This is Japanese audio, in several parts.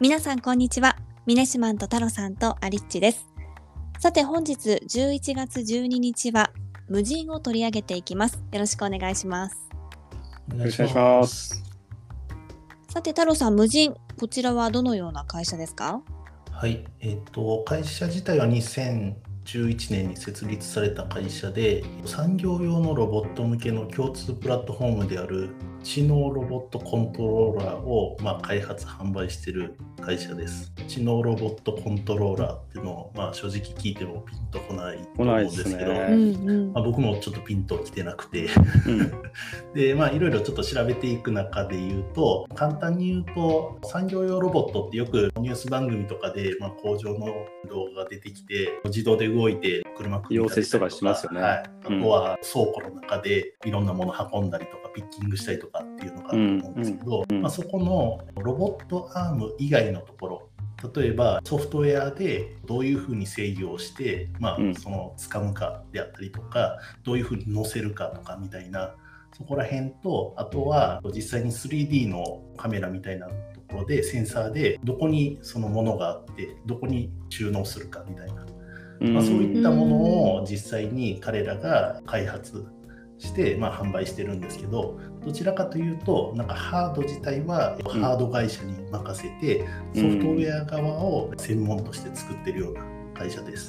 皆さんこんにちは。ミネシマンと太郎さんとアリッチです。さて本日11月12日は無人を取り上げていきます。よろしくお願いします。 お願いします。 さて太郎さん、無人、こちらはどのような会社ですか？ はい、会社自体は2011年に設立された会社で、産業用のロボット向けの共通プラットフォームである知能ロボットコントローラーを開発販売している会社です。知能ロボットコントローラーっていうのを、正直聞いてもピンとこないと思うんですけど、僕もちょっとピンときてなくてで、いろいろちょっと調べていく中で言うと、簡単に言うと、産業用ロボットってよくニュース番組とかで、工場の動画が出てきて自動で動いて車組み立てたりとか、 溶接とかしますよね。 あとは倉庫の中でいろんなもの運んだりとかピッキングしたりとかっていうのがあると思うんですけど、そこのロボットアーム以外のところ、例えばソフトウェアでどういうふうに制御をして、その掴むかであったりとか、どういうふうに乗せるかとかみたいな、そこら辺と、あとは実際に 3D のカメラみたいなところでセンサーでどこにそのものがあってどこに収納するかみたいな、そういったものを実際に彼らが開発して販売してるんですけど、どちらかというとハード自体はハード会社に任せて、ソフトウェア側を専門として作ってるような会社です。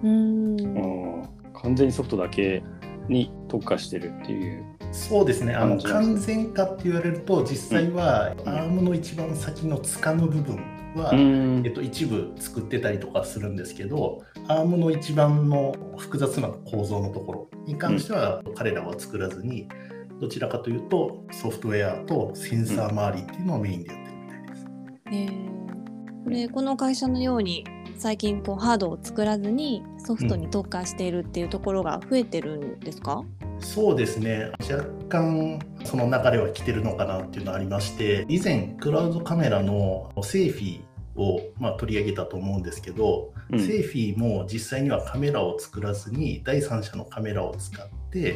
完全にソフトだけに特化してるっていう。 そうですね、完全化って言われると実際はアームの一番先の掴む部分は、一部作ってたりとかするんですけど、アームの一番の複雑な構造のところに関しては彼らは作らずに、どちらかというとソフトウェアとセンサー周りっていうのをメインでやってるみたいです。 この会社のように最近ハードを作らずにソフトに特化しているっていうところが増えてるんですか？ そうですね、若干その流れは来てるのかなっていうのがありまして、以前クラウドカメラのセーフィーを取り上げたと思うんですけど、セーフィーも実際にはカメラを作らずに第三者のカメラを使って、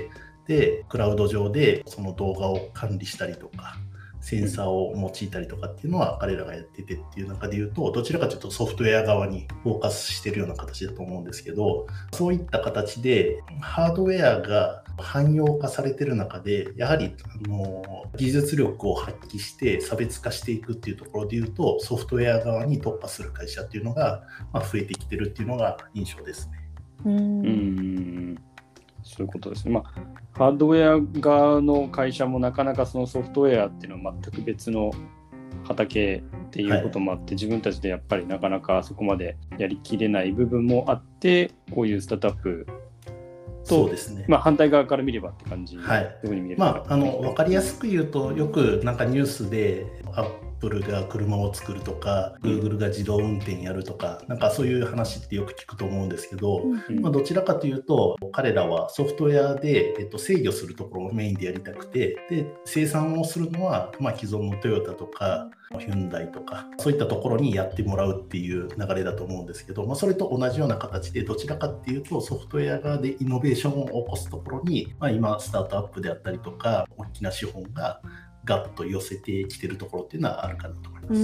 でクラウド上でその動画を管理したりとかセンサーを用いたりとかっていうのは彼らがやっててっていう中で言うと、どちらかというとソフトウェア側にフォーカスしているような形だと思うんですけど、そういった形でハードウェアが汎用化されている中で、やはり技術力を発揮して差別化していくっていうところで言うと、ソフトウェア側に特化する会社っていうのが増えてきてるっていうのが印象ですね。 そういうことですね。ハードウェア側の会社もなかなかそのソフトウェアっていうのは全く別の畑っていうこともあって、自分たちでやっぱりなかなかそこまでやりきれない部分もあって、こういうスタートアップと、 そうですね、 反対側から見ればって感じ、どういうふうに見えるか。 分かりやすく言うと、よくニュースでアップルが車を作るとか、Google が自動運転やるとか、そういう話ってよく聞くと思うんですけど、どちらかというと彼らはソフトウェアで、制御するところをメインでやりたくて、で生産をするのは、既存のトヨタとかヒュンダイとかそういったところにやってもらうっていう流れだと思うんですけど、それと同じような形で、どちらかっていうとソフトウェア側でイノベーションを起こすところに、今スタートアップであったりとか大きな資本がガッと寄せてきてるところっていうのはあるかなと思います。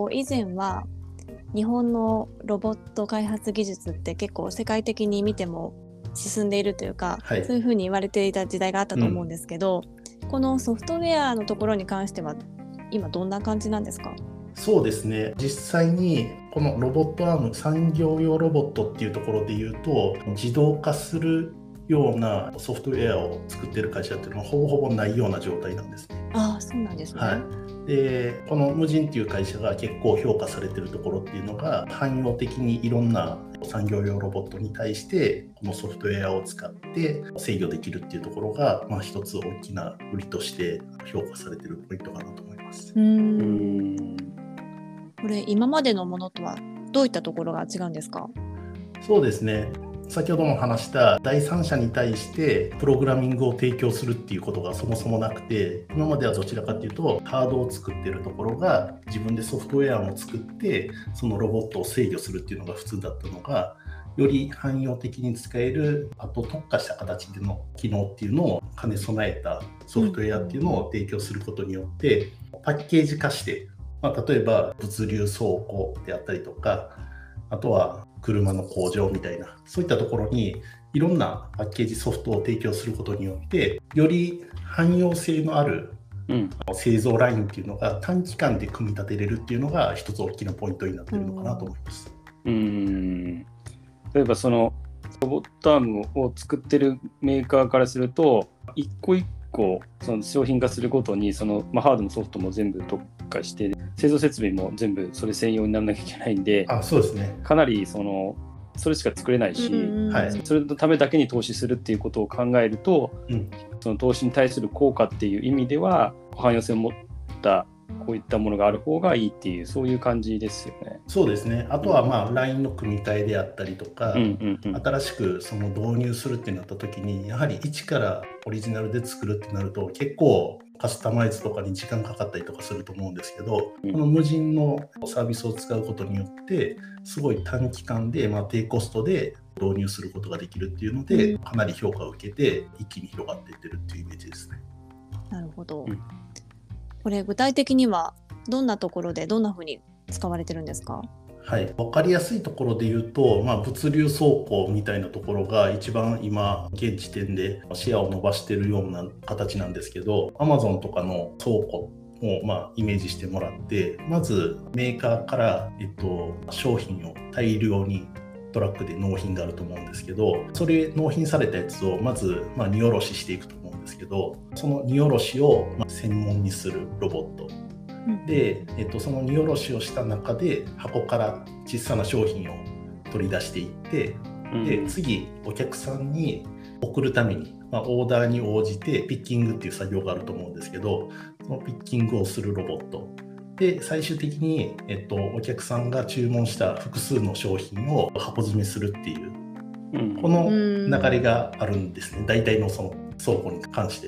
以前は日本のロボット開発技術って結構世界的に見ても進んでいるというか、そういうふうに言われていた時代があったと思うんですけど、このソフトウェアのところに関しては今どんな感じなんですか？ そうですね、実際にこのロボットアーム、産業用ロボットっていうところで言うと、自動化するようなソフトウェアを作っている会社っていうのはほぼほぼないような状態なんですね。 そうなんですね。 でこの無人っていう会社が結構評価されているところっていうのが、汎用的にいろんな産業用ロボットに対してこのソフトウェアを使って制御できるっていうところが、一つ大きな売りとして評価されているポイントかなと思います。 これ今までのものとはどういったところが違うんですか？ そうですね、先ほども話した第三者に対してプログラミングを提供するっていうことがそもそもなくて、今まではどちらかというとハードを作っているところが自分でソフトウェアも作ってそのロボットを制御するっていうのが普通だったのが、より汎用的に使える、あと特化した形での機能っていうのを兼ね備えたソフトウェアっていうのを提供することによって、パッケージ化して例えば物流倉庫であったりとか、あとは車の工場みたいな、そういったところにいろんなパッケージソフトを提供することによって、より汎用性のある製造ラインっていうのが短期間で組み立てれるっていうのが一つ大きなポイントになっているのかなと思います。 例えばそのロボットアームを作ってるメーカーからすると、一個一個その商品化するごとにハードもソフトも全部特化して、製造設備も全部それ専用にならなきゃいけないんで、 そうですね、 かなりそれしか作れないし、それのためだけに投資するっていうことを考えると、その投資に対する効果っていう意味では汎用性を持ったこういったものがある方がいいっていう、そういう感じですよね。 そうですね。あとはLINE の組み換えであったりとか、新しく導入するってなった時に、やはり一からオリジナルで作るってなると結構カスタマイズとかに時間かかったりとかすると思うんですけど、この無人のサービスを使うことによってすごい短期間で、低コストで導入することができるっていうので、かなり評価を受けて一気に広がっていってるっていうイメージですね。 なるほど。これ具体的にはどんなところでどんなふうに使われてるんですか？ はい、分かりやすいところで言うと、物流倉庫みたいなところが一番今現時点でシェアを伸ばしているような形なんですけど、 Amazon とかの倉庫をイメージしてもらって、まずメーカーから、商品を大量にトラックで納品があると思うんですけど、それ納品されたやつをまず荷下ろししていくと思うんですけど、その荷下ろしを専門にするロボットで、その荷下ろしをした中で箱から小さな商品を取り出していって、で次お客さんに送るために、オーダーに応じてピッキングっていう作業があると思うんですけど、そのピッキングをするロボットで、最終的に、お客さんが注文した複数の商品を箱詰めするっていう、この流れがあるんですね、大体のその倉庫に関して。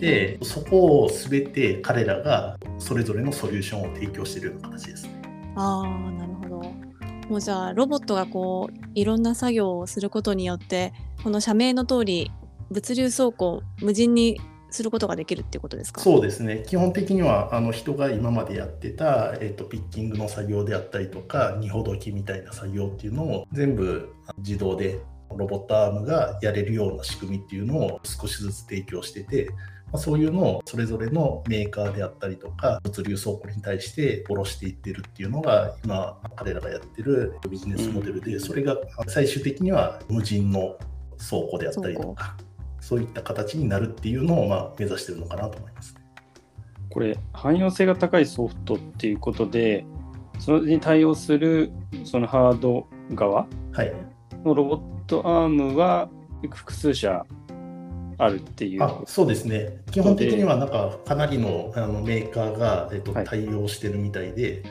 で、そこを全て彼らがそれぞれのソリューションを提供しているような形ですね。 なるほど。もうじゃあロボットがいろんな作業をすることによって、この社名の通り物流倉庫を無人にすることができるっていうことですか？ そうですね。基本的には人が今までやってた、ピッキングの作業であったりとか、荷ほどきみたいな作業っていうのを全部自動でロボットアームがやれるような仕組みっていうのを少しずつ提供してて、そういうのをそれぞれのメーカーであったりとか物流倉庫に対して卸していってるっていうのが今彼らがやってるビジネスモデルで、それが最終的には無人の倉庫であったりとか、そういった形になるっていうのを目指してるのかなと思います。 これ汎用性が高いソフトっていうことで、それに対応するそのハード側のロボットアームは複数社あるっていう。 そうですね。基本的にはかなりのメーカーが、対応してるみたいで。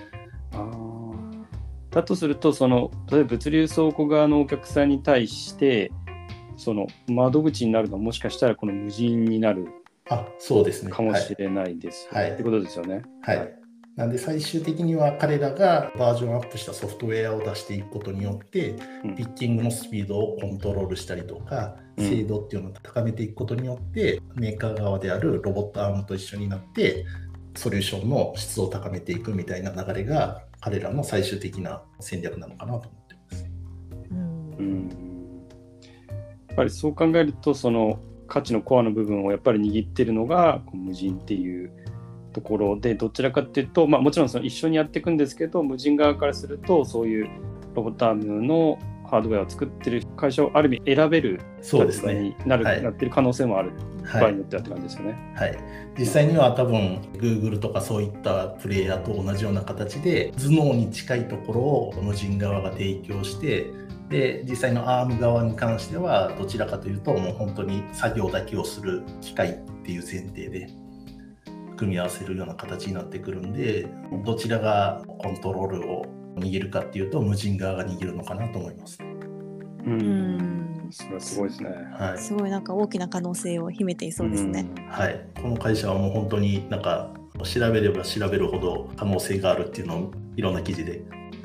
だとすると例えば物流倉庫側のお客さんに対してその窓口になるのはもしかしたらこの無人になるそうですね、 かもしれないです、ってことですよね。 なんで最終的には彼らがバージョンアップしたソフトウェアを出していくことによって、ピッキングのスピードをコントロールしたりとか、精度っていうのを高めていくことによって、メーカー側であるロボットアームと一緒になってソリューションの質を高めていくみたいな流れが彼らの最終的な戦略なのかなと思っています。 やっぱりそう考えるとその価値のコアの部分をやっぱり握ってるのが無人っていうところで、どちらかっていうと、もちろん一緒にやっていくんですけど、無人側からするとそういうロボットアームのハードウェアを作ってる会社をある意味選べる立場になってる可能性もある、場合によってはって感じですよね。 実際には多分 Google とかそういったプレイヤーと同じような形で頭脳に近いところを無人側が提供して、で実際のアーム側に関してはどちらかというともう本当に作業だけをする機械っていう前提で組み合わせるような形になってくるんで、どちらがコントロールを握るかっていうと無人側が握るのかなと思います。 それはすごいですね。 すごい大きな可能性を秘めていそうですね。 この会社はもう本当に調べれば調べるほど可能性があるっていうのをいろんな記事で。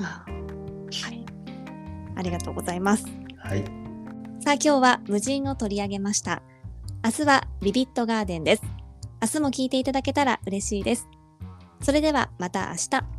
ありがとうございます。さあ今日は無人を取り上げました。明日はビビットガーデンです。明日も聞いていただけたら嬉しいです。それではまた明日。